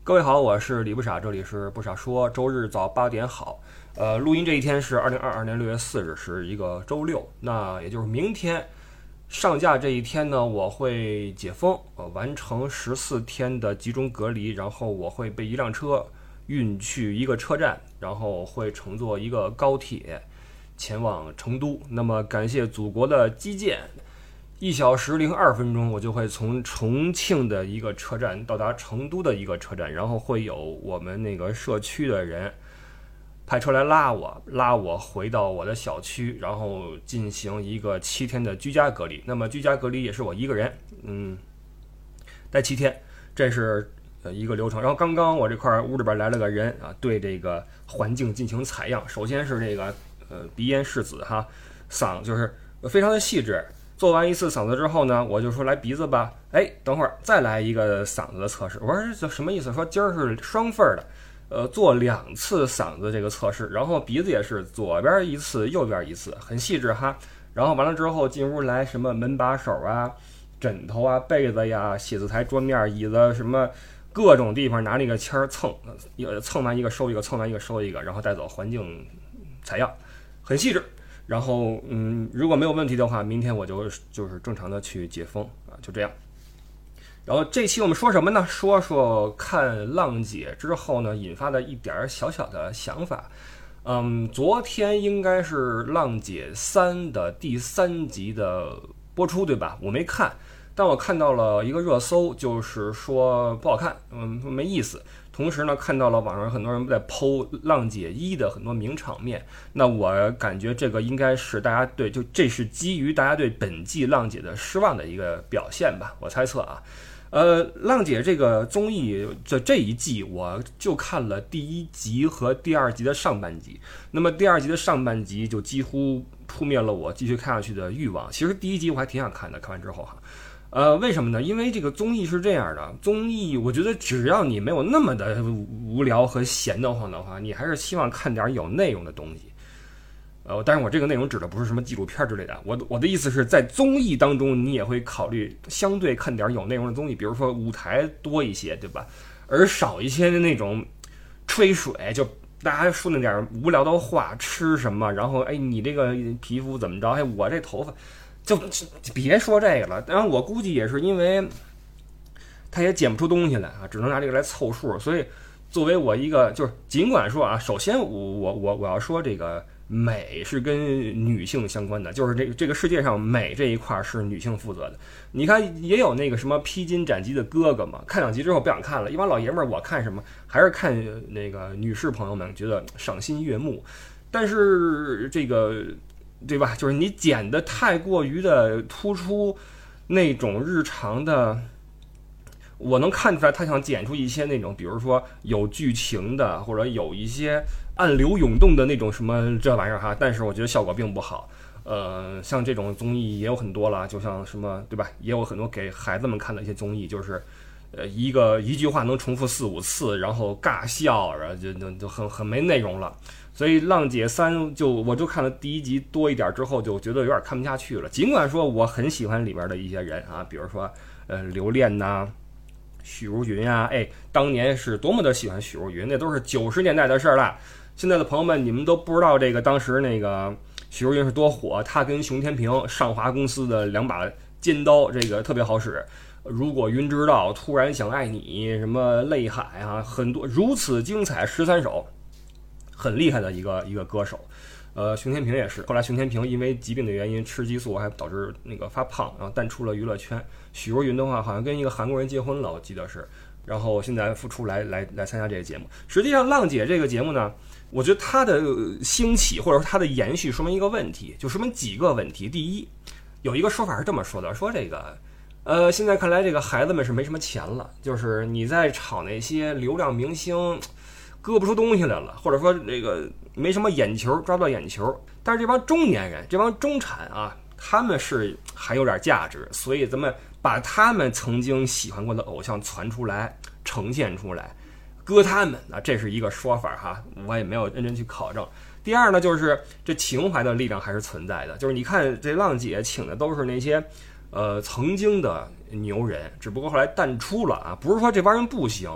各位好，我是李不傻，这里是不傻说，周日早8点好。录音这一天是2022年6月4日，是一个周六，那也就是明天上架这一天呢，我会解封，完成14天的集中隔离，然后我会被一辆车运去一个车站，然后会乘坐一个高铁前往成都。那么感谢祖国的基建，1小时02分钟，我就会从重庆的一个车站到达成都的一个车站，然后会有我们那个社区的人派车来拉我回到我的小区，然后进行一个7天的居家隔离。那么居家隔离也是我一个人，待7天，这是一个流程。然后刚刚我这块屋里边来了个人啊，对这个环境进行采样。首先是这个鼻咽拭子哈，嗓就是非常的细致。做完一次嗓子之后呢，我就说来鼻子吧，等会儿再来一个嗓子的测试。我说这什么意思？说今儿是双份的，做2次嗓子这个测试，然后鼻子也是左边一次，右边一次，很细致哈。然后完了之后进屋来，什么门把手啊、枕头啊、被子呀、写字台、桌面、椅子，什么各种地方拿那个签儿蹭完一个收一个，蹭完一个收一个，然后带走环境采样，很细致。然后如果没有问题的话，明天我就是正常的去解封啊，就这样。然后这期我们说什么呢？说说看浪姐之后呢引发的一点小小的想法。昨天应该是浪姐3的第3集的播出，对吧？我没看，但我看到了一个热搜，就是说不好看，没意思。同时呢，看到了网上很多人在剖浪姐1的很多名场面，那我感觉这个应该是大家这是基于大家对本季浪姐的失望的一个表现吧，我猜测啊。浪姐这个综艺这一季我就看了第1集和第2集的上半集，那么第2集的上半集就几乎扑灭了我继续看下去的欲望。其实第1集我还挺想看的，看完之后哈。为什么呢？因为这个综艺是这样的，综艺我觉得只要你没有那么的无聊和闲得慌的话，你还是希望看点有内容的东西。但是我这个内容指的不是什么纪录片之类的，我的意思是在综艺当中，你也会考虑相对看点有内容的东西，比如说舞台多一些，对吧？而少一些的那种吹水，就大家说那点无聊的话，吃什么，然后你这个皮肤怎么着，我这头发。就别说这个了，当然我估计也是因为他也剪不出东西来啊，只能拿这个来凑数。所以作为我一个，就是尽管说啊，首先我要说这个美是跟女性相关的，就是这个世界上美这一块是女性负责的。你看也有那个什么披荆斩棘的哥哥嘛，看2集之后不想看了，一帮老爷们儿我看什么还是看那个女士朋友们觉得赏心悦目，但是这个。对吧？就是你剪的太过于的突出那种日常的，我能看出来他想剪出一些那种，比如说有剧情的，或者有一些暗流涌动的那种什么这玩意儿哈。但是我觉得效果并不好。像这种综艺也有很多了，就像什么对吧？也有很多给孩子们看的一些综艺，就是一句话能重复4、5次，然后尬笑，然后就很没内容了。所以浪姐3我就看了第1集多一点之后，就觉得有点看不下去了。尽管说我很喜欢里边的一些人啊，比如说刘恋呐、许茹芸啊，当年是多么的喜欢许茹芸，那都是90年代的事了。现在的朋友们，你们都不知道这个当时那个许茹芸是多火，她跟熊天平上华公司的2把尖刀，这个特别好使。如果云知道，突然想爱你，什么泪海啊，很多如此精彩13首。很厉害的一个歌手，熊天平也是。后来熊天平因为疾病的原因吃激素，还导致那个发胖，然后淡出了娱乐圈。许茹芸的话，好像跟一个韩国人结婚了，我记得是。然后现在复出来参加这个节目。实际上，浪姐这个节目呢，我觉得它的兴起或者说它的延续，说明一个问题，就说明几个问题。第一，有一个说法是这么说的，说这个现在看来这个孩子们是没什么钱了，就是你在炒那些流量明星。割不出东西来了，或者说这个没什么眼球，抓不到眼球。但是这帮中年人，这帮中产啊，他们是还有点价值，所以咱们把他们曾经喜欢过的偶像传出来，呈现出来，割他们啊，这是一个说法哈，我也没有认真去考证。第二呢，就是这情怀的力量还是存在的，就是你看这浪姐请的都是那些曾经的牛人，只不过后来淡出了啊，不是说这帮人不行。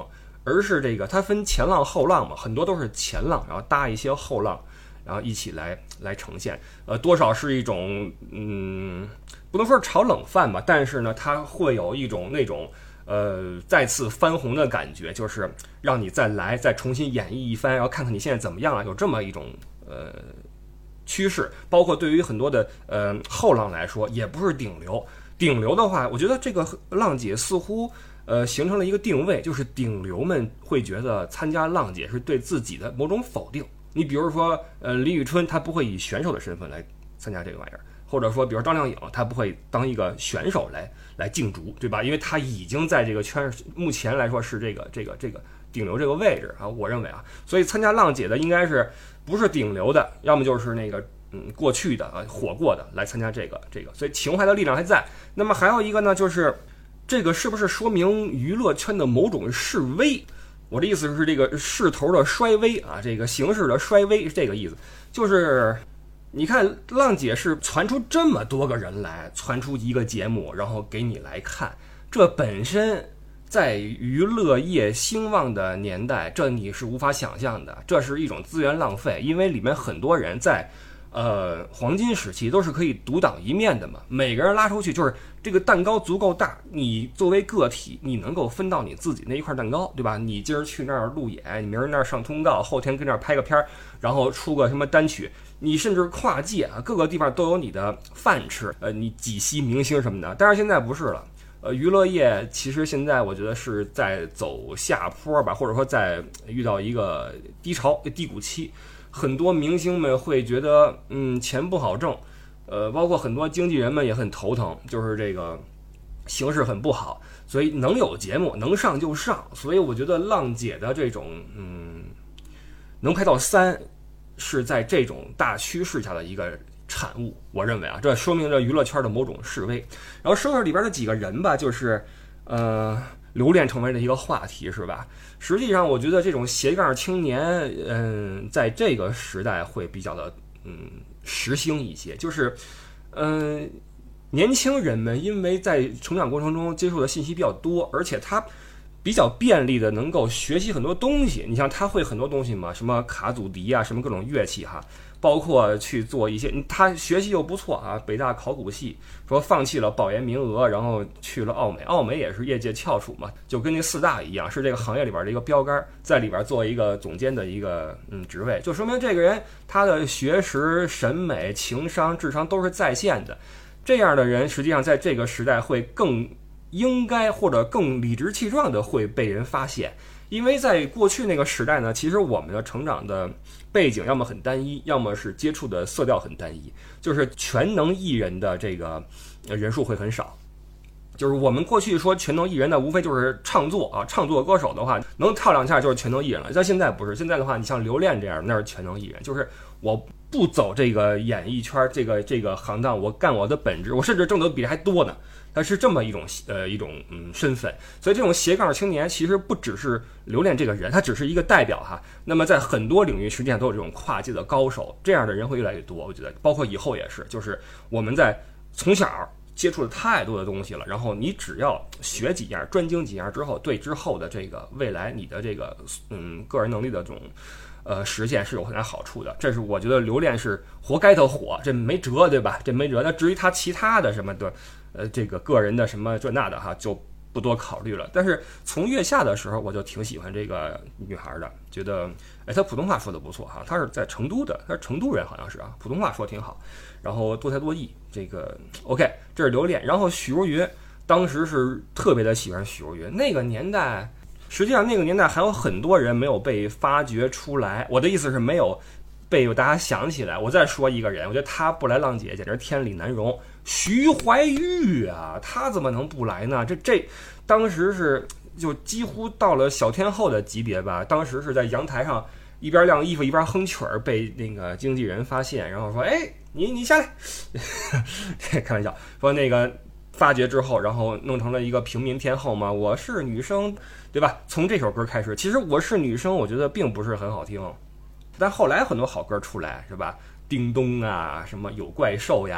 而是这个它分前浪后浪嘛，很多都是前浪，然后搭一些后浪，然后一起来呈现，多少是一种不能说是炒冷饭吧，但是呢，它会有一种那种再次翻红的感觉，就是让你再重新演绎一番，然后看看你现在怎么样了，有这么一种趋势。包括对于很多的后浪来说，也不是顶流。顶流的话，我觉得这个浪姐似乎形成了一个定位，就是顶流们会觉得参加浪姐是对自己的某种否定。你比如说李宇春，她不会以选手的身份来参加这个玩意儿，或者说比如张靓颖，她不会当一个选手来竞逐，对吧？因为她已经在这个圈目前来说是这个顶流这个位置啊，我认为啊，所以参加浪姐的应该是不是顶流的，要么就是那个过去的火过的来参加这个，所以情怀的力量还在。那么还有一个呢，就是这个是不是说明娱乐圈的某种式微？我的意思是这个势头的衰微啊，这个形势的衰微是这个意思。就是你看浪姐是传出这么多个人来，传出一个节目，然后给你来看，这本身在娱乐业兴旺的年代，这你是无法想象的，这是一种资源浪费，因为里面很多人在黄金时期都是可以独当一面的嘛，每个人拉出去就是这个蛋糕足够大，你作为个体你能够分到你自己那一块蛋糕，对吧？你今儿去那儿路演，你明儿那儿上通告，后天跟那儿拍个片儿，然后出个什么单曲，你甚至跨界啊，各个地方都有你的饭吃，你几夕明星什么的。但是现在不是了，娱乐业其实现在我觉得是在走下坡吧，或者说在遇到一个低潮低谷期。很多明星们会觉得钱不好挣，包括很多经纪人们也很头疼，就是这个形势很不好，所以能有节目能上就上。所以我觉得浪姐的这种能排到3，是在这种大趋势下的一个产物。我认为啊，这说明了娱乐圈的某种式微。然后说说里边的几个人吧，就是留恋成为了一个话题，是吧？实际上我觉得这种斜杠青年在这个时代会比较的时兴一些，就是年轻人们因为在成长过程中接触的信息比较多，而且他比较便利的能够学习很多东西。你像他会很多东西嘛，什么卡祖笛啊，什么各种乐器哈，包括去做一些，他学习又不错啊，北大考古系，说放弃了保研名额，然后去了奥美，奥美也是业界翘楚嘛，就跟那4大一样，是这个行业里边的一个标杆，在里边做一个总监的一个职位，就说明这个人他的学识、审美、情商、智商都是在线的。这样的人实际上在这个时代会更应该或者更理直气壮的会被人发现。因为在过去那个时代呢，其实我们的成长的背景要么很单一，要么是接触的色调很单一，就是全能艺人的这个人数会很少。就是我们过去说全能艺人呢，无非就是唱作歌手的话能跳2下就是全能艺人了。但现在不是，现在的话你像刘恋这样那是全能艺人，就是我不走这个演艺圈这个行当，我干我的本职，我甚至挣得比这还多呢。它是这么一种身份。所以这种斜杠青年其实不只是刘恋这个人，他只是一个代表哈。那么在很多领域实际上都有这种跨界的高手，这样的人会越来越多。我觉得包括以后也是，就是我们在从小接触了太多的东西了，然后你只要学几样，专精几样之后，对之后的这个未来你的这个个人能力的这种实现是有很大好处的。这是我觉得刘恋是活该他火，这没辙，对吧？这没辙。那至于他其他的什么的这个个人的什么这那的哈，就不多考虑了。但是从月下的时候我就挺喜欢这个女孩的，觉得她普通话说的不错哈，她是在成都的，她是成都人好像是啊，普通话说挺好，然后多才多艺，这个 OK。 这是刘恋。然后许茹芸当时是特别的喜欢许茹芸，那个年代实际上那个年代还有很多人没有被发掘出来，我的意思是没有被大家想起来。我再说一个人，我觉得他不来浪姐简直天理难容，徐怀钰啊，他怎么能不来呢？这当时是就几乎到了小天后的级别吧，当时是在阳台上一边晾衣服一边哼曲儿，被那个经纪人发现，然后说你下来开玩笑说那个发掘之后，然后弄成了一个平民天后嘛，我是女生，对吧？从这首歌开始，其实我是女生我觉得并不是很好听，但后来很多好歌出来，是吧？叮咚啊，什么有怪兽呀，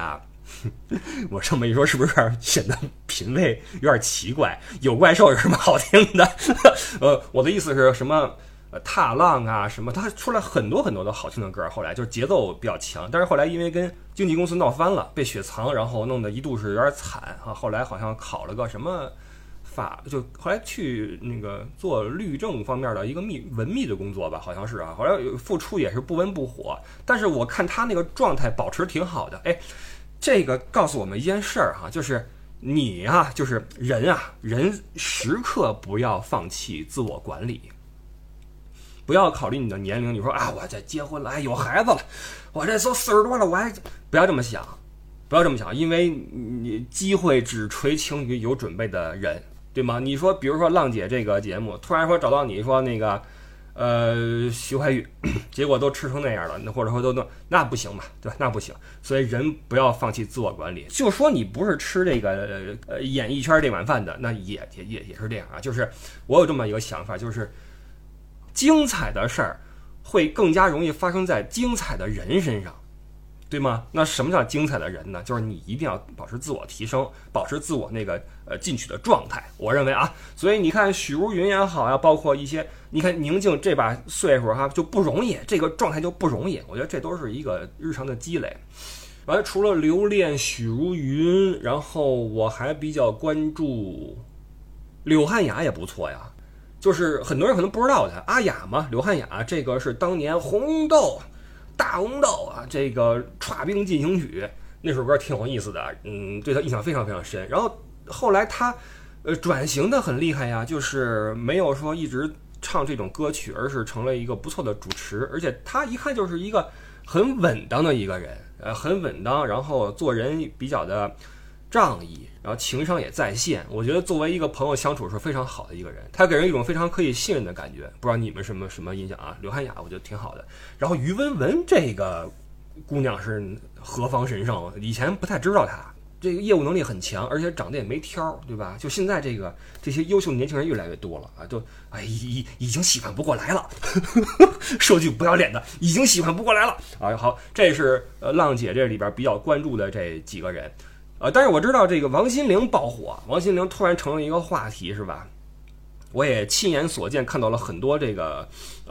我这么一说，是不是显得品味有点奇怪？有怪兽有什么好听的？我的意思是什么？踏浪啊，什么？他出来很多很多的好听的歌，后来就是节奏比较强，但是后来因为跟经纪公司闹翻了，被雪藏，然后弄得一度是有点惨啊。后来好像考了个什么就后来去那个做律政方面的一个文秘的工作吧，好像是啊。后来复出也是不温不火，但是我看他那个状态保持挺好的。哎，这个告诉我们一件事儿哈，就是你啊，就是人啊，人时刻不要放弃自我管理。不要考虑你的年龄，你说啊，我这结婚了，哎，有孩子了，我这都40多了，我还不要这么想，不要这么想，因为你机会只垂青于有准备的人，对吗？你说，比如说浪姐这个节目，突然说找到你说那个，徐怀钰，结果都吃成那样了，或者说那不行嘛，对吧？那不行，所以人不要放弃自我管理。就说你不是吃这个演艺圈这碗饭的，那也是这样啊。就是我有这么一个想法，就是精彩的事儿会更加容易发生在精彩的人身上，对吗？那什么叫精彩的人呢？就是你一定要保持自我提升，保持自我那个进取的状态。我认为啊，所以你看许茹芸也好啊，包括一些你看宁静这把岁数哈就不容易，这个状态就不容易。我觉得这都是一个日常的积累。完了，除了留恋许茹芸，然后我还比较关注柳汉雅也不错呀。就是很多人可能不知道的阿雅嘛，柳汉雅这个是当年红豆大红豆啊，这个唰兵进行曲那首歌挺有意思的，对他印象非常非常深。然后后来他转型的很厉害呀，就是没有说一直唱这种歌曲，而是成了一个不错的主持，而且他一看就是一个很稳当的一个人，很稳当，然后做人比较的仗义，然后情商也在线。我觉得作为一个朋友相处是非常好的一个人，他给人一种非常可以信任的感觉。不知道你们什么印象啊？刘汉雅我觉得挺好的。然后于文文这个姑娘是何方神圣？以前不太知道她，这个业务能力很强，而且长得也没挑，对吧？就现在这些优秀年轻人越来越多了啊，都已经喜欢不过来了。说句不要脸的，已经喜欢不过来了啊。好，这是浪姐这里边比较关注的这几个人。但是我知道这个王心凌爆火，王心凌突然成了一个话题，是吧？我也亲眼所见，看到了很多这个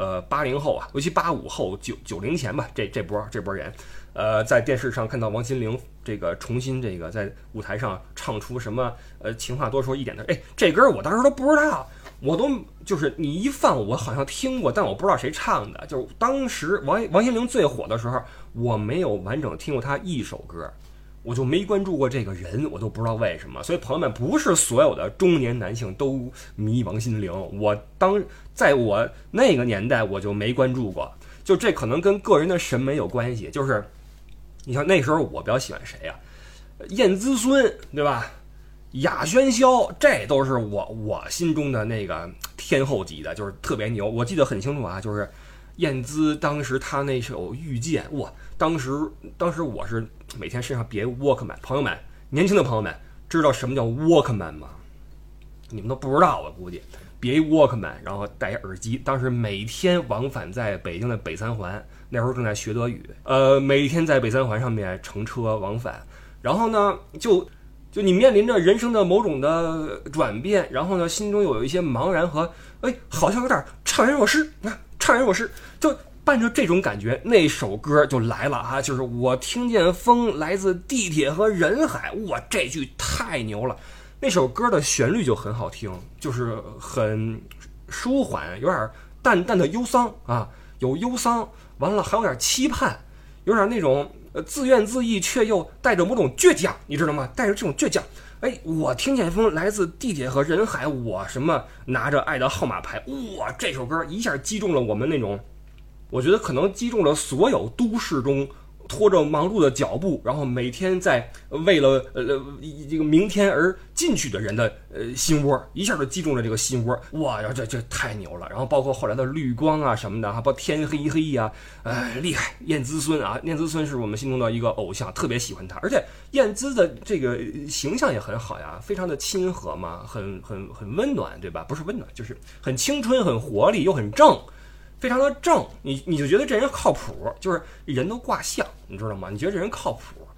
80后啊，尤其85后、90前吧，这波人，在电视上看到王心凌这个重新这个在舞台上唱出什么情话多说一点的，哎，这歌我当时都不知道，我都就是你一放我好像听过，但我不知道谁唱的。就是当时王心凌最火的时候，我没有完整听过她一首歌。我就没关注过这个人，我都不知道为什么。所以朋友们，不是所有的中年男性都迷王心凌。在我那个年代，我就没关注过。就这可能跟个人的审美有关系。就是你看那时候我比较喜欢谁呀？燕姿孙，对吧？雅轩霄，这都是我心中的那个天后级的，就是特别牛。我记得很清楚啊，就是燕姿当时她那首《遇见》，哇！当时我是每天身上别 Walkman， 朋友们，年轻的朋友们知道什么叫 Walkman 吗？你们都不知道，我估计别 Walkman， 然后戴耳机。当时每天往返在北京的北三环，那时候正在学德语，每天在北三环上面乘车往返。然后呢，就你面临着人生的某种的转变，然后呢，心中有一些茫然和好像有点怅然若失，怅然若失，就伴着这种感觉，那首歌就来了啊！就是我听见风来自地铁和人海，哇，这句太牛了！那首歌的旋律就很好听，就是很舒缓，有点淡淡的忧伤啊，有忧伤，完了还有点期盼，有点那种自怨自艾，却又带着某种倔强，你知道吗？带着这种倔强。我听见风来自地铁和人海，我什么拿着爱的号码牌，哇，这首歌一下击中了我们那种。我觉得可能击中了所有都市中拖着忙碌的脚步，然后每天在为了这个明天而进取的人的心窝，一下就击中了这个心窝。哇，然后这太牛了！然后包括后来的绿光啊什么的，还包括天黑黑呀，厉害！燕姿孙啊，燕姿孙是我们心中的一个偶像，特别喜欢他，而且燕姿的这个形象也很好呀，非常的亲和嘛，很温暖，对吧？不是温暖，就是很青春、很活力又很正。非常的正，你就觉得这人靠谱，就是人都挂相，你知道吗？你觉得这人靠谱，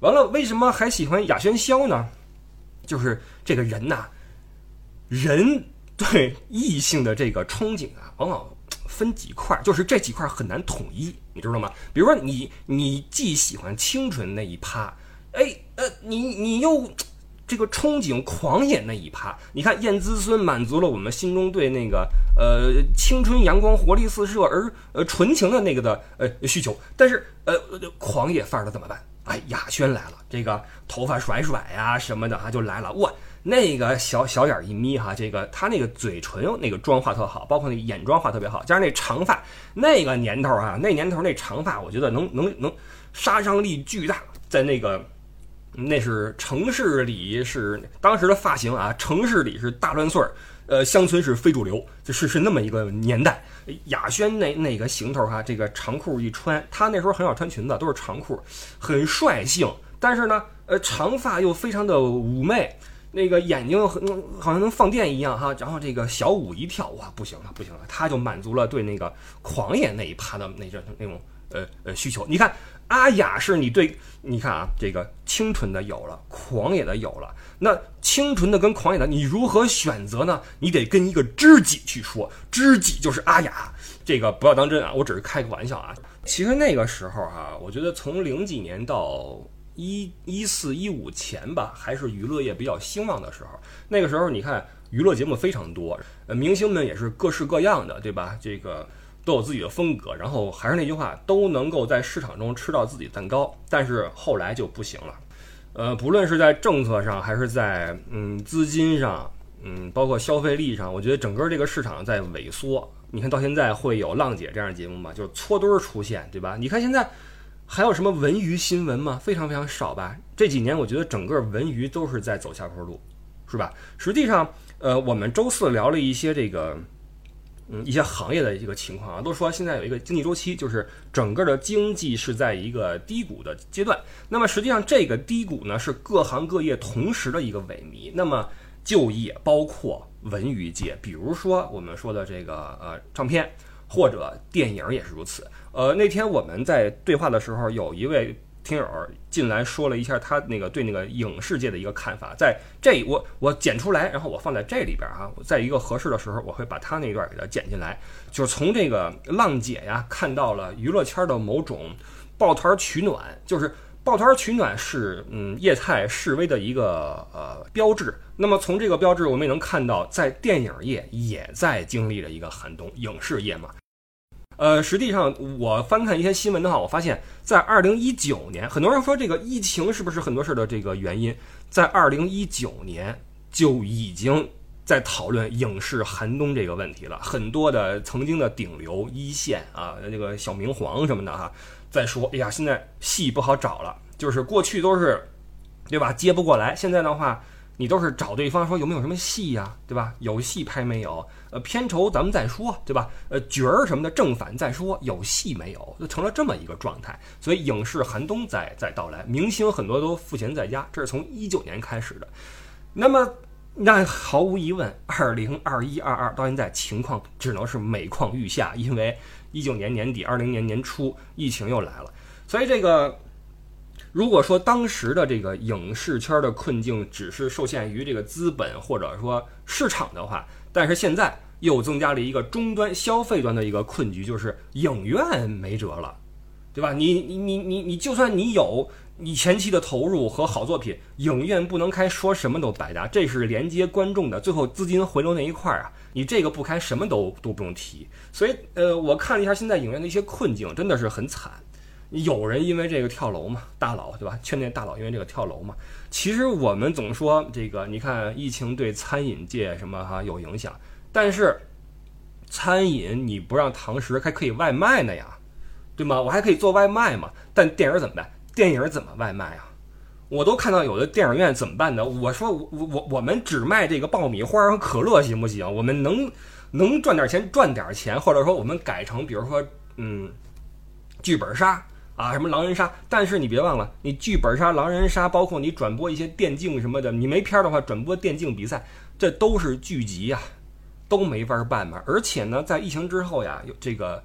完了，为什么还喜欢雅轩霄呢？就是这个人呐，人对异性的这个憧憬啊，往往分几块，就是这几块很难统一，你知道吗？比如说你既喜欢清纯那一趴，你又这个憧憬狂野那一趴。你看燕子孙满足了我们心中对那个青春阳光活力四射而纯情的那个的需求，但是狂野范儿的怎么办？雅轩来了，这个头发甩甩呀什么的就来了。哇，那个小眼一眯哈，这个他那个嘴唇那个妆化特好，包括那个眼妆化特别好，加上那长发，那个年头啊，那长发，我觉得能杀伤力巨大，在那是城市里是当时的发型啊，城市里是大乱穗儿，乡村是非主流，是那么一个年代。雅轩那个行头这个长裤一穿，他那时候很少穿裙子，都是长裤，很率性。但是呢，长发又非常的妩媚，那个眼睛好像能放电一样哈。然后这个小舞一跳，哇，不行了，他就满足了对那个狂野那一趴的那种需求。你看阿雅是你看啊，这个清纯的有了，狂野的有了，那清纯的跟狂野的你如何选择呢？你得跟一个知己去说，知己就是阿雅，这个不要当真啊，我只是开个玩笑啊。其实那个时候我觉得从00几年到14、15前吧，还是娱乐业比较兴旺的时候。那个时候你看娱乐节目非常多，明星们也是各式各样的，对吧？这个都有自己的风格，然后还是那句话，都能够在市场中吃到自己的蛋糕。但是后来就不行了，不论是在政策上，还是在资金上，包括消费力上，我觉得整个这个市场在萎缩。你看到现在会有浪姐这样的节目吗？就是搓堆出现，对吧？你看现在还有什么文娱新闻吗？非常非常少吧。这几年我觉得整个文娱都是在走下坡路，是吧？实际上，我们周四聊了一些这个一些行业的一个情况啊，都说现在有一个经济周期，就是整个的经济是在一个低谷的阶段。那么实际上这个低谷呢，是各行各业同时的一个萎靡。那么就业包括文娱界，比如说我们说的这个唱片或者电影也是如此。那天我们在对话的时候，有一位听友进来说了一下他对那个影视界的一个看法，在这我剪出来，然后我放在这里边在一个合适的时候，我会把他那段给他剪进来。就是从这个浪姐呀看到了娱乐圈的某种抱团取暖，就是抱团取暖是业态式微的一个标志。那么从这个标志，我们也能看到，在电影业也在经历着一个寒冬，影视业嘛。实际上我翻看一些新闻的话，我发现在2019年，很多人说这个疫情是不是很多事的这个原因，在2019年就已经在讨论影视寒冬这个问题了。很多的曾经的顶流一线这个小明皇什么的在说，哎呀，现在戏不好找了，就是过去都是对吧接不过来，现在的话你都是找对方说有没有什么戏呀，对吧？有戏拍没有？片酬咱们再说，对吧？角儿什么的正反再说，有戏没有？就成了这么一个状态。所以影视寒冬在到来，明星很多都赋闲在家，这是从19年开始的。那毫无疑问，2021、22到现在情况只能是每况愈下，因为19年年底、20年年初疫情又来了。所以这个如果说当时的这个影视圈的困境只是受限于这个资本或者说市场的话，但是现在又增加了一个终端消费端的一个困局，就是影院没辙了，对吧？你就算你有你前期的投入和好作品，影院不能开，说什么都白搭，这是连接观众的，最后资金回流那一块你这个不开，什么都不用提。所以我看了一下现在影院的一些困境，真的是很惨。有人因为这个跳楼嘛，大佬对吧？圈内大佬因为这个跳楼嘛。其实我们总说这个，你看疫情对餐饮界什么有影响，但是餐饮你不让堂食还可以外卖呢呀，对吗？我还可以做外卖嘛。但电影怎么办？电影怎么外卖啊？我都看到有的电影院怎么办呢？我说我们只卖这个爆米花和可乐行不行？我们能赚点钱，或者说我们改成比如说剧本杀。什么狼人杀，但是你别忘了，你剧本杀、狼人杀，包括你转播一些电竞什么的，你没片的话转播电竞比赛，这都是剧集都没法办嘛。而且呢，在疫情之后有这个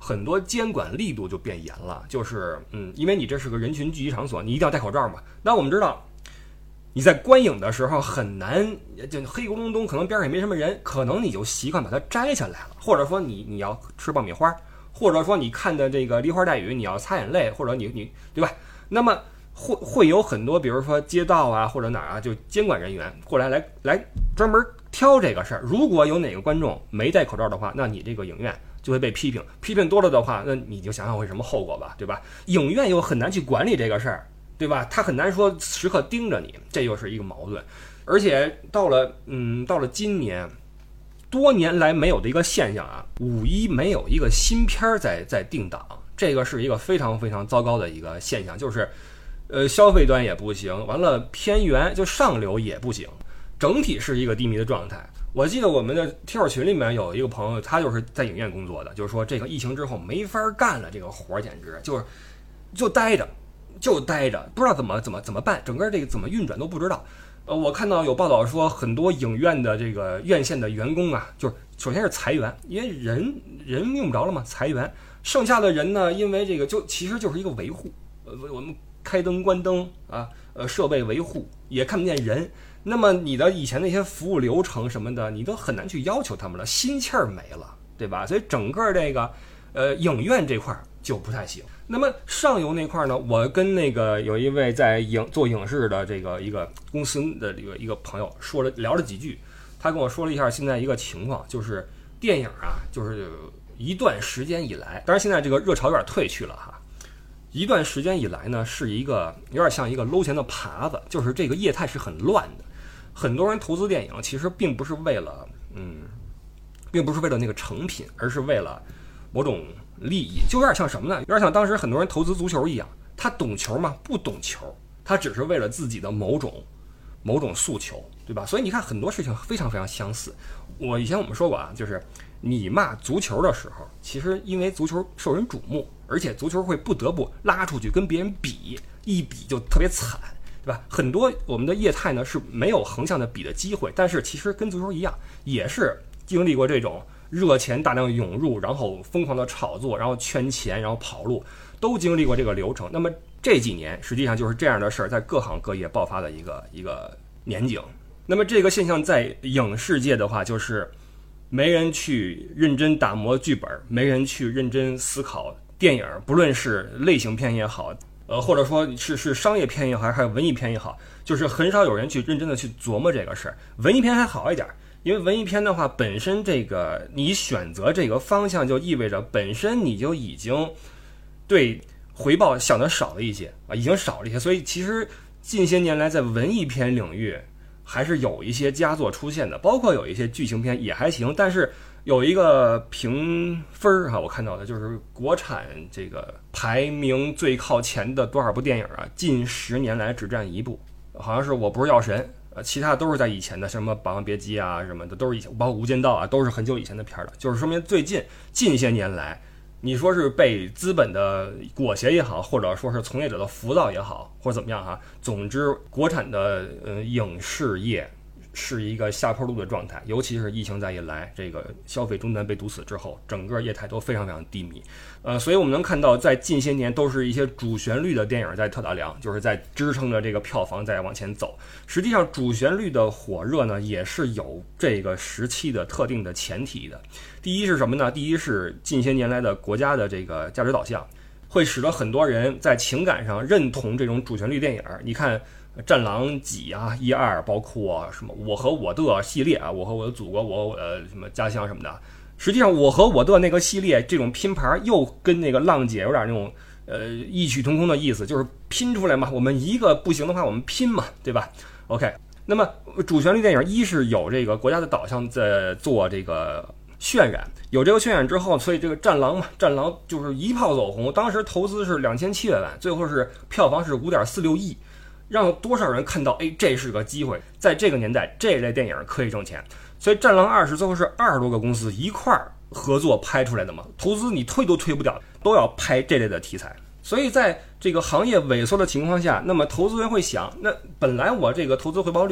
很多监管力度就变严了，就是因为你这是个人群聚集场所，你一定要戴口罩嘛。那我们知道，你在观影的时候很难，就黑咕隆咚，可能边上也没什么人，可能你就习惯把它摘下来了，或者说你要吃爆米花，或者说你看的这个梨花带雨，你要擦眼泪，或者你对吧？那么会有很多，比如说街道啊或者哪儿啊，就监管人员过来专门挑这个事儿。如果有哪个观众没戴口罩的话，那你这个影院就会被批评多了的话，那你就想想会什么后果吧，对吧？影院又很难去管理这个事儿，对吧？他很难说时刻盯着你，这又是一个矛盾。而且到了今年，多年来没有的一个现象啊，5·1没有一个新片在定档，这个是一个非常非常糟糕的一个现象，就是消费端也不行，完了片源就上流也不行，整体是一个低迷的状态。我记得我们的听友群里面有一个朋友，他就是在影院工作的，就是说这个疫情之后没法干了，这个活简直就待着，不知道怎么办，整个这个怎么运转都不知道。我看到有报道说，很多影院的这个院线的员工啊，就是首先是裁员，因为人用不着了嘛，裁员。剩下的人呢，因为这个其实就是一个维护，我们开灯关灯啊，设备维护也看不见人。那么你的以前那些服务流程什么的，你都很难去要求他们了，心气儿没了，对吧？所以整个这个影院这块就不太行。那么上游那块呢，我跟那个有一位在做影视的这个一个公司的一个朋友聊了几句，他跟我说了一下现在一个情况，就是电影啊，就是一段时间以来，当然现在这个热潮有点退去了哈。一段时间以来呢，是一个有点像一个搂钱的耙子，就是这个业态是很乱的。很多人投资电影其实并不是为了那个成品，而是为了某种利益，就有点像什么呢？有点像当时很多人投资足球一样，他懂球吗？不懂球，他只是为了自己的某种诉求，对吧？所以你看很多事情非常非常相似。以前我们说过啊，就是你骂足球的时候，其实因为足球受人瞩目，而且足球会不得不拉出去跟别人比，一比就特别惨，对吧？很多我们的业态呢是没有横向的比的机会，但是其实跟足球一样，也是经历过这种热钱大量涌入，然后疯狂的炒作，然后圈钱，然后跑路，都经历过这个流程。那么这几年实际上就是这样的事儿在各行各业爆发的一个年景。那么这个现象在影视界的话，就是没人去认真打磨剧本，没人去认真思考电影，不论是类型片也好，或者说是商业片也好，还有文艺片也好，就是很少有人去认真的去琢磨这个事儿。文艺片还好一点，因为文艺片的话，本身这个你选择这个方向，就意味着本身你就已经对回报想的少了一些啊，已经少了一些。所以其实近些年来在文艺片领域还是有一些佳作出现的，包括有一些剧情片也还行。但是有一个评分哈，我看到的就是国产这个排名最靠前的多少部电影啊，近10年来只占1部，好像是我不是药神，其他都是在以前的，什么霸王别姬啊什么的都是以前，包括无间道啊都是很久以前的片了。就是说明最近些年来，你说是被资本的裹挟也好，或者说是从业者的浮躁也好，或者怎么样哈，总之国产的影视业是一个下坡路的状态，尤其是疫情再一来，这个消费终端被堵死之后，整个业态都非常非常低迷。所以我们能看到，在近些年都是一些主旋律的电影在特大梁，就是在支撑着这个票房在往前走。实际上，主旋律的火热呢，也是有这个时期的特定的前提的。第一是什么呢？第一是近些年来的国家的这个价值导向，会使得很多人在情感上认同这种主旋律电影。你看战狼几啊1、2，包括什么我和我的系列啊，我和我的祖国，我什么家乡什么的。实际上我和我的那个系列这种拼盘又跟那个浪姐有点那种异曲同工的意思，就是拼出来嘛，我们一个不行的话我们拼嘛，对吧 OK。 那么主旋律电影一是有这个国家的导向在做这个渲染，有这个渲染之后，所以这个战狼就是一炮走红，当时投资是2700万，最后是票房是5.46亿，让多少人看到这是个机会，在这个年代这类电影可以挣钱。所以战狼2最后是20多个公司一块儿合作拍出来的嘛，投资你推都推不掉，都要拍这类的题材。所以在这个行业萎缩的情况下，那么投资人会想，那本来我这个投资回报率就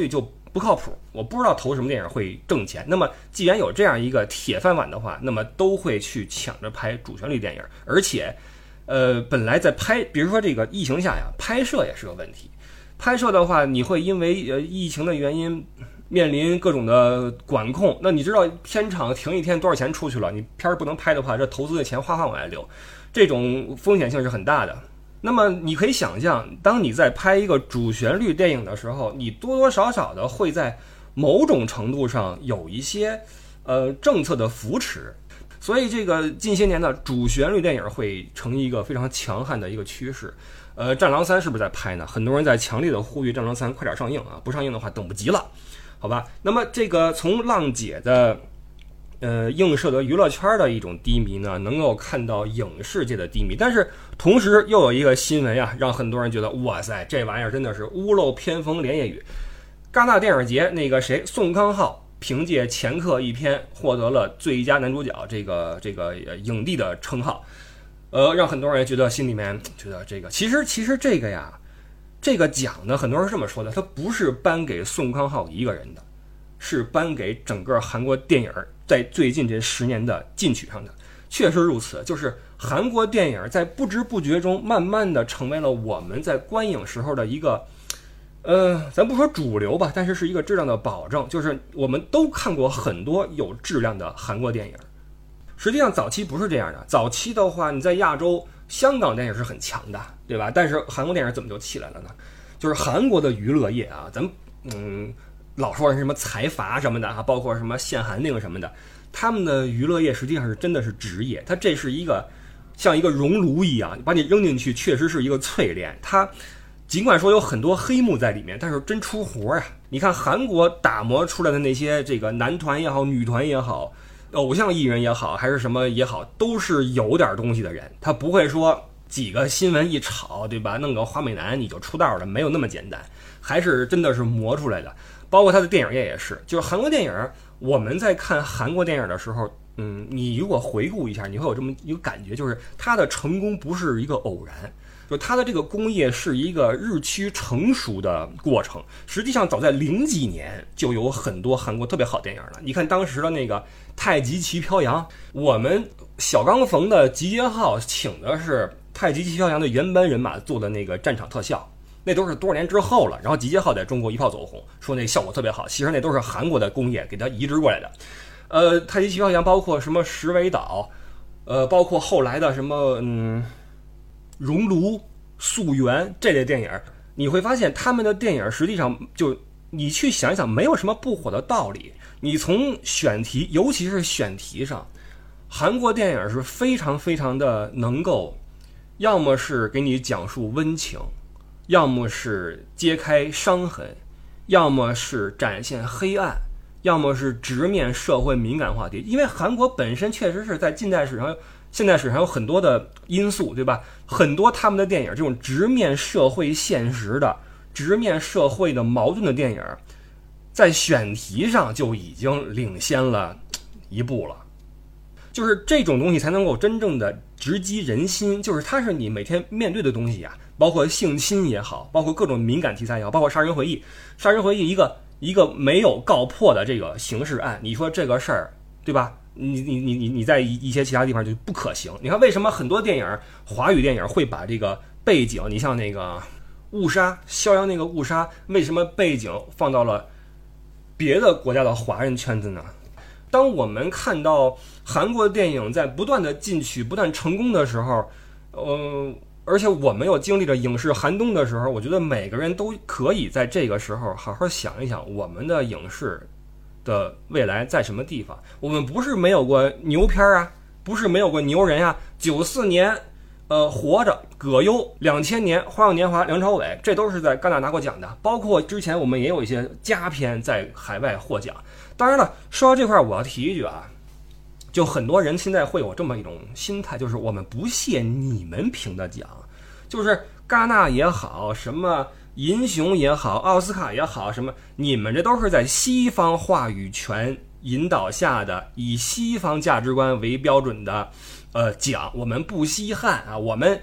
不靠谱，我不知道投什么电影会挣钱。那么既然有这样一个铁饭碗的话，那么都会去抢着拍主旋律电影。而且本来在拍，比如说这个疫情下呀，拍摄也是个问题。拍摄的话，你会因为疫情的原因面临各种的管控。那你知道片场停一天多少钱出去了？你片儿不能拍的话，这投资的钱哗哗往外流，这种风险性是很大的。那么你可以想象，当你在拍一个主旋律电影的时候，你多多少少的会在某种程度上有一些政策的扶持。所以这个近些年的主旋律电影会成一个非常强悍的一个趋势。战狼3是不是在拍呢？很多人在强烈的呼吁战狼3快点上映啊，不上映的话等不及了，好吧？那么这个从浪姐的映射的娱乐圈的一种低迷呢，能够看到影视界的低迷，但是同时又有一个新闻呀，让很多人觉得哇塞，这玩意儿真的是屋漏偏逢连夜雨。戛纳电影节那个谁，宋康昊凭借《前客》一篇获得了最佳男主角这个影帝的称号，让很多人觉得心里面觉得这个其实这个呀，这个奖呢，很多人是这么说的，它不是颁给宋康昊一个人的，是颁给整个韩国电影在最近这10年的进取上的。确实如此，就是韩国电影在不知不觉中慢慢的成为了我们在观影时候的一个咱不说主流吧，但是是一个质量的保证，就是我们都看过很多有质量的韩国电影。实际上早期不是这样的，早期的话你在亚洲香港电影是很强的，对吧？但是韩国电影怎么就起来了呢？就是韩国的娱乐业啊，咱们老说什么财阀什么的啊，包括什么限韩令什么的，他们的娱乐业实际上是真的是职业，它这是一个像一个熔炉一样，把你扔进去确实是一个淬炼。它尽管说有很多黑幕在里面，但是真出活啊！你看韩国打磨出来的那些这个男团也好，女团也好，偶像艺人也好，还是什么也好，都是有点东西的人，他不会说几个新闻一炒，对吧？弄个花美男你就出道了，没有那么简单，还是真的是磨出来的。包括他的电影业也是，就是韩国电影，我们在看韩国电影的时候，你如果回顾一下，你会有这么一个感觉，就是它的成功不是一个偶然，就它的这个工业是一个日趋成熟的过程。实际上早在00几年就有很多韩国特别好电影了。你看当时的那个《太极旗飘扬》，我们小刚冯的集结号请的是《太极旗飘扬》的原班人马做的那个战场特效，那都是多少年之后了。然后集结号在中国一炮走红，说那效果特别好，其实那都是韩国的工业给它移植过来的。太极旗飘扬包括什么石尾岛，包括后来的什么熔炉、溯源这类电影，你会发现他们的电影实际上就你去想一想，没有什么不火的道理。你从选题，尤其是选题上，韩国电影是非常非常的能够，要么是给你讲述温情，要么是揭开伤痕，要么是展现黑暗，要么是直面社会敏感话题。因为韩国本身确实是在近代史上、现代史上有很多的因素，对吧？很多他们的电影这种直面社会现实的、直面社会的矛盾的电影，在选题上就已经领先了一步了。就是这种东西才能够真正的直击人心，就是它是你每天面对的东西啊，包括性侵也好，包括各种敏感题材也好，包括杀人回忆一个没有告破的这个刑事案，你说这个事儿，对吧？你在一些其他地方就不可行。你看为什么很多电影，华语电影会把这个背景，你像那个误杀，肖央那个误杀，为什么背景放到了别的国家的华人圈子呢？当我们看到韩国电影在不断的进取、不断成功的时候，而且我们又经历了影视寒冬的时候，我觉得每个人都可以在这个时候好好想一想，我们的影视的未来在什么地方。我们不是没有过牛片啊，不是没有过牛人啊。94年活着、葛优，2000年花样年华、梁朝伟，这都是在戛纳拿过奖的。包括之前我们也有一些佳片在海外获奖。当然了，说到这块我要提一句啊，就很多人现在会有这么一种心态，就是我们不屑你们评的奖，就是戛纳也好，什么银熊也好，奥斯卡也好，什么你们这都是在西方话语权引导下的，以西方价值观为标准的奖，我们不稀罕啊，我们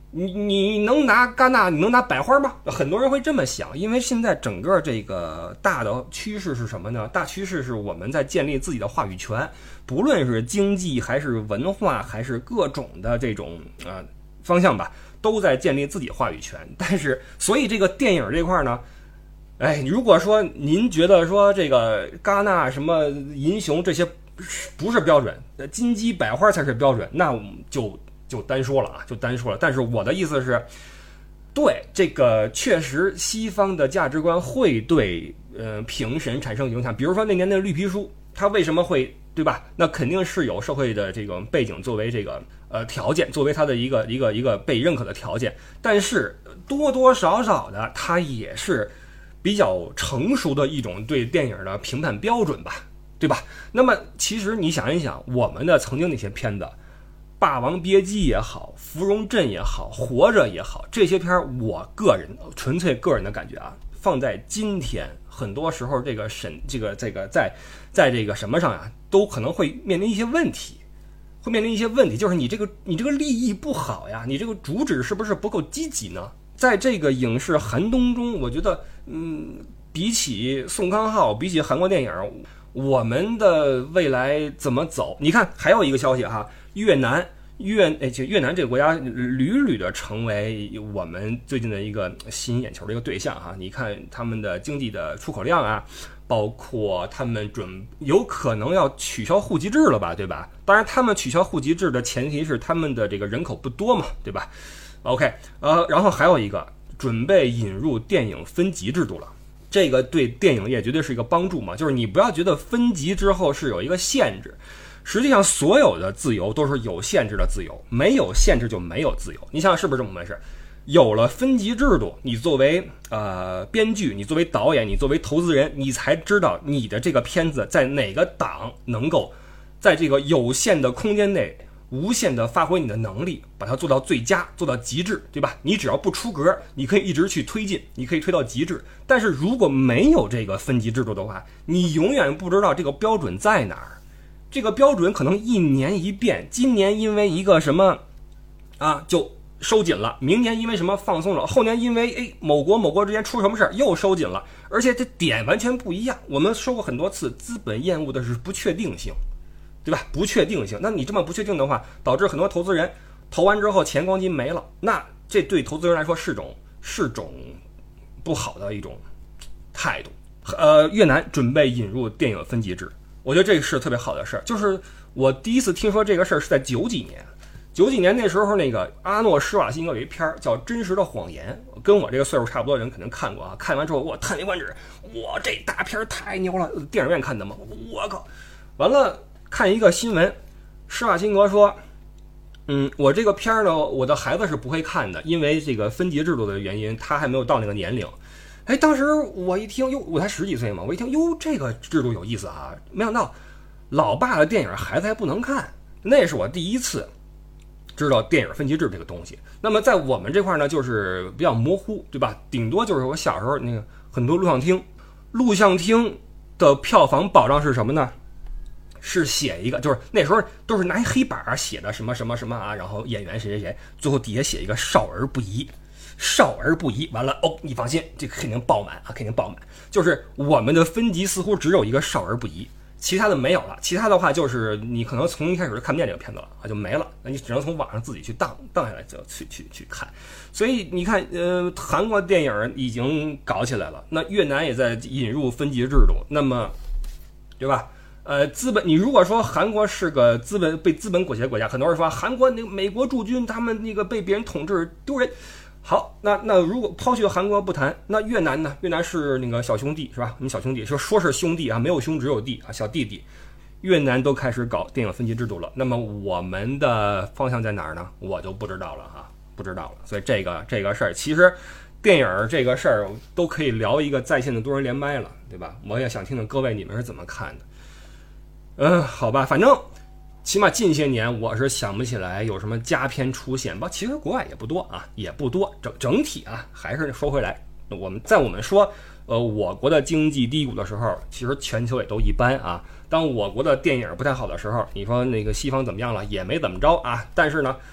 你能拿戛纳，你能拿百花吗？很多人会这么想，因为现在整个这个大的趋势是什么呢？大趋势是我们在建立自己的话语权，不论是经济还是文化还是各种的这种方向吧，都在建立自己话语权。但是，所以这个电影这块呢，如果说您觉得说这个戛纳什么银熊这些不是标准，金鸡百花才是标准，那我们就单说了啊，就单说了。但是我的意思是，对这个确实西方的价值观会对评审产生影响。比如说那年的绿皮书，它为什么会对吧？那肯定是有社会的这种背景作为这个条件，作为它的一个被认可的条件。但是多多少少的，它也是比较成熟的一种对电影的评判标准吧，对吧？那么其实你想一想，我们的曾经那些片子。霸王别姬也好，芙蓉镇也好，活着也好，这些片我个人纯粹个人的感觉啊，放在今天，很多时候这个在这个什么上呀，都可能会面临一些问题，就是你这个立意不好呀，你这个主旨是不是不够积极呢？在这个影视寒冬中，我觉得比起宋康昊，比起韩国电影，我们的未来怎么走？你看还有一个消息哈。越南这个国家屡屡的成为我们最近的一个吸引眼球的一个对象哈。你看他们的经济的出口量啊，包括他们有可能要取消户籍制了吧，对吧？当然，他们取消户籍制的前提是他们的这个人口不多嘛，对吧 ？OK， 然后还有一个准备引入电影分级制度了。这个对电影业绝对是一个帮助嘛，就是你不要觉得分级之后是有一个限制。实际上，所有的自由都是有限制的自由，没有限制就没有自由。你想想是不是这么回事？有了分级制度，你作为编剧，你作为导演，你作为投资人，你才知道你的这个片子在哪个档能够在这个有限的空间内无限的发挥你的能力，把它做到最佳，做到极致，对吧？你只要不出格，你可以一直去推进，你可以推到极致。但是如果没有这个分级制度的话，你永远不知道这个标准在哪儿。这个标准可能一年一变，今年因为一个什么就收紧了，明年因为什么放松了，后年因为某国之间出什么事儿又收紧了，而且这点完全不一样。我们说过很多次，资本厌恶的是不确定性，对吧？不确定性，那你这么不确定的话，导致很多投资人投完之后钱光金没了，那这对投资人来说是种不好的一种态度。越南准备引入电影分级制。我觉得这个是特别好的事儿，就是我第一次听说这个事儿是在90几年那时候，那个阿诺施瓦辛格有一片叫《真实的谎言》，跟我这个岁数差不多的人肯定看过啊。看完之后，我叹为观止，我这大片太牛了！电影院看的嘛，我靠！完了，看一个新闻，施瓦辛格说，我这个片呢，我的孩子是不会看的，因为这个分级制度的原因，他还没有到那个年龄。当时我一听，我才10几岁嘛，我一听，这个制度有意思啊！没想到，老爸的电影孩子还不能看，那是我第一次知道电影分级制这个东西。那么在我们这块呢，就是比较模糊，对吧？顶多就是我小时候那个很多录像厅的票房保障是什么呢？是写一个，就是那时候都是拿一黑板写的什么什么什么啊，然后演员谁谁谁，最后底下写一个少儿不宜。完了你放心，这肯定爆满啊，肯定爆满。就是我们的分级似乎只有一个少儿不宜，其他的没有了。其他的话就是你可能从一开始就看不见这个片子了就没了，那你只能从网上自己去荡下来就去看。所以你看，韩国电影已经搞起来了，那越南也在引入分级制度，那么，对吧？你如果说韩国是个被资本裹挟的国家，很多人说韩国那个美国驻军他们那个被别人统治丢人。好，那如果抛去韩国不谈，那越南呢？越南是那个小兄弟是吧？我们小兄弟说是兄弟啊，没有兄只有弟啊，小弟弟。越南都开始搞电影分级制度了，那么我们的方向在哪儿呢？我就不知道了哈，不知道了。所以这个事儿，其实电影这个事儿都可以聊一个在线的多人连麦了，对吧？我也想听听各位你们是怎么看的。好吧，反正起码近些年我是想不起来有什么佳片出现吧。其实国外也不多啊，也不多。整体啊，还是说回来，我们说我国的经济低谷的时候，其实全球也都一般啊。当我国的电影不太好的时候，你说那个西方怎么样了，也没怎么着啊。但是呢，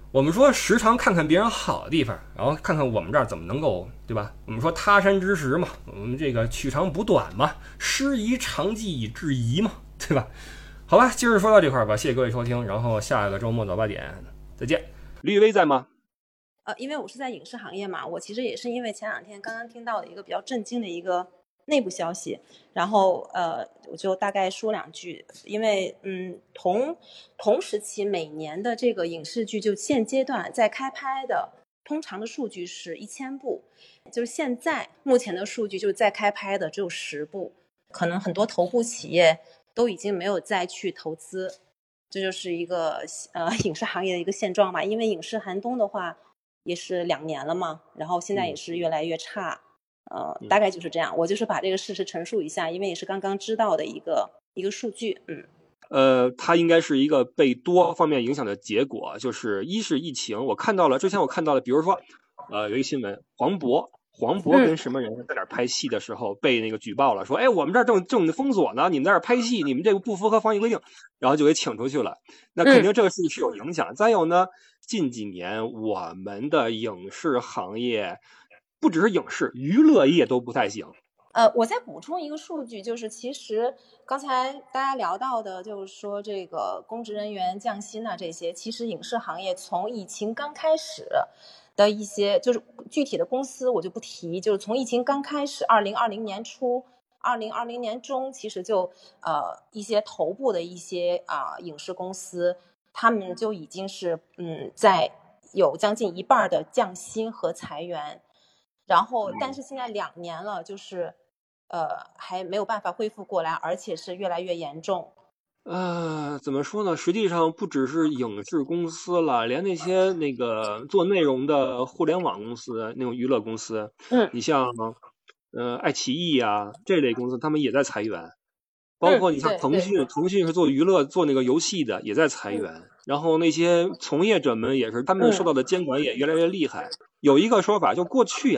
我们说时常看看别人好的地方，然后看看我们这儿怎么能够，对吧？我们说他山之石嘛，我们这个取长补短嘛，师夷长技以制夷嘛，对吧？好吧，今儿说到这块儿吧，谢谢各位收听，然后下个周末早8点再见。吕宇威在吗？ 因为我是在影视行业嘛，我其实也是因为前2天刚刚听到的一个比较震惊的一个内部消息，然后我就大概说2句。因为同时期每年的这个影视剧就现阶段在开拍的通常的数据是1000部，就是现在目前的数据就是在开拍的只有10部，可能很多头部企业都已经没有再去投资，这就是一个影视行业的一个现状吧。因为影视寒冬的话也是2年了嘛，然后现在也是越来越差，大概就是这样。我就是把这个事实陈述一下，因为也是刚刚知道的一个数据。 它应该是一个被多方面影响的结果，就是一是疫情，之前我看到了，比如说，有一个新闻，黄渤跟什么人在哪儿拍戏的时候被那个举报了，说，哎，我们这儿正封锁呢，你们在这儿拍戏，你们这个不符合防疫规定，然后就给请出去了。那肯定这个事情是有影响。再有呢，近几年我们的影视行业，不只是影视，娱乐业都不太行。 我再补充一个数据，就是其实刚才大家聊到的，就是说这个公职人员降薪啊这些，其实影视行业从疫情刚开始的一些，就是具体的公司我就不提，就是从疫情刚开始，2020年初、2020年中，其实就一些头部的一些影视公司，他们就已经是在有将近1半的降薪和裁员。然后但是现在2年了，就是还没有办法恢复过来，而且是越来越严重。 怎么说呢？实际上不只是影视公司了，连那些那个做内容的互联网公司、那种娱乐公司，你像爱奇艺啊这类公司，他们也在裁员。包括你像腾讯是做娱乐、做那个游戏的，也在裁员。然后那些从业者们也是，他们受到的监管也越来越厉害。有一个说法，就过去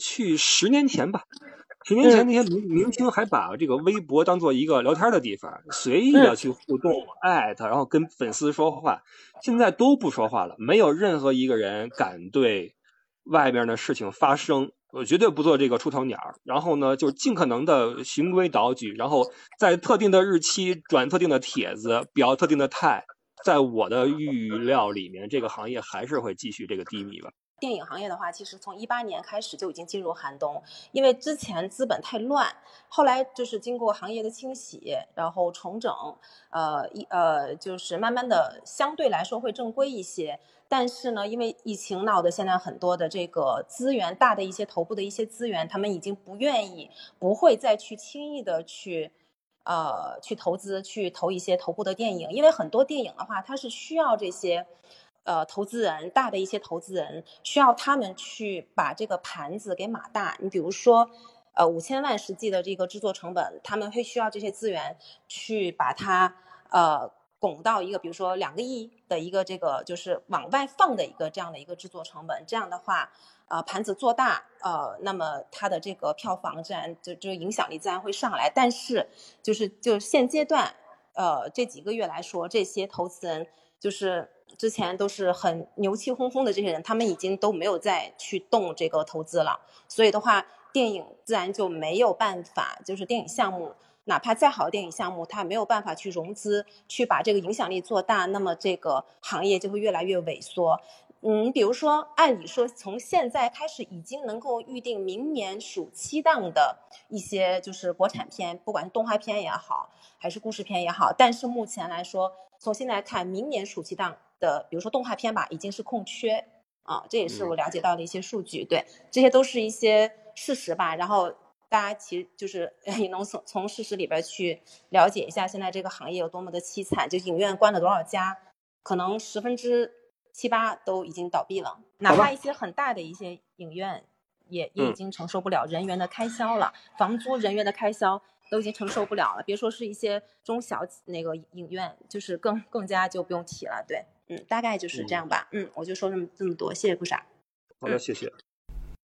10年前吧。10年前那些明星还把这个微博当做一个聊天的地方，随意的去互动艾特，然后跟粉丝说话。现在都不说话了，没有任何一个人敢对外面的事情发声，我绝对不做这个出头鸟。然后呢，就尽可能的循规蹈矩，然后在特定的日期转特定的帖子，表特定的态。在我的预料里面，这个行业还是会继续这个低迷吧。 电影行业的话，其实从18年开始就已经进入寒冬，因为之前资本太乱，后来就是经过行业的清洗，然后重整，就是慢慢的相对来说会正规一些。但是呢，因为疫情闹的，现在很多的这个资源，大的一些头部的一些资源，他们已经不会再去轻易的去投资，去投一些头部的电影，因为很多电影的话，它是需要这些投资人，大的一些投资人需要他们去把这个盘子给码大。你比如说5000万实际的这个制作成本，他们会需要这些资源去把它拱到一个比如说2个亿的一个这个就是往外放的一个这样的一个制作成本。这样的话盘子做大那么它的这个票房自然就影响力自然会上来。但是就现阶段这几个月来说，这些投资人就是之前都是很牛气哄哄的这些人，他们已经都没有再去动这个投资了。所以的话，电影自然就没有办法，就是电影项目哪怕再好的电影项目，它没有办法去融资，去把这个影响力做大，那么这个行业就会越来越萎缩。比如说按理说从现在开始已经能够预定明年暑期档的一些就是国产片，不管是动画片也好还是故事片也好，但是目前来说从现在看，明年暑期档的比如说动画片吧已经是空缺这也是我了解到的一些数据。对，这些都是一些事实吧，然后大家其实就是也能从事实里边去了解一下现在这个行业有多么的凄惨，就影院关了多少家，可能7%-8%都已经倒闭了，哪怕一些很大的一些影院也已经承受不了人员的开销了，房租人员的开销都已经承受不了了，别说是一些中小那个影院，就是更加就不用提了。对，大概就是这样吧。我就说这么多，谢谢顾傻。 好的，谢谢。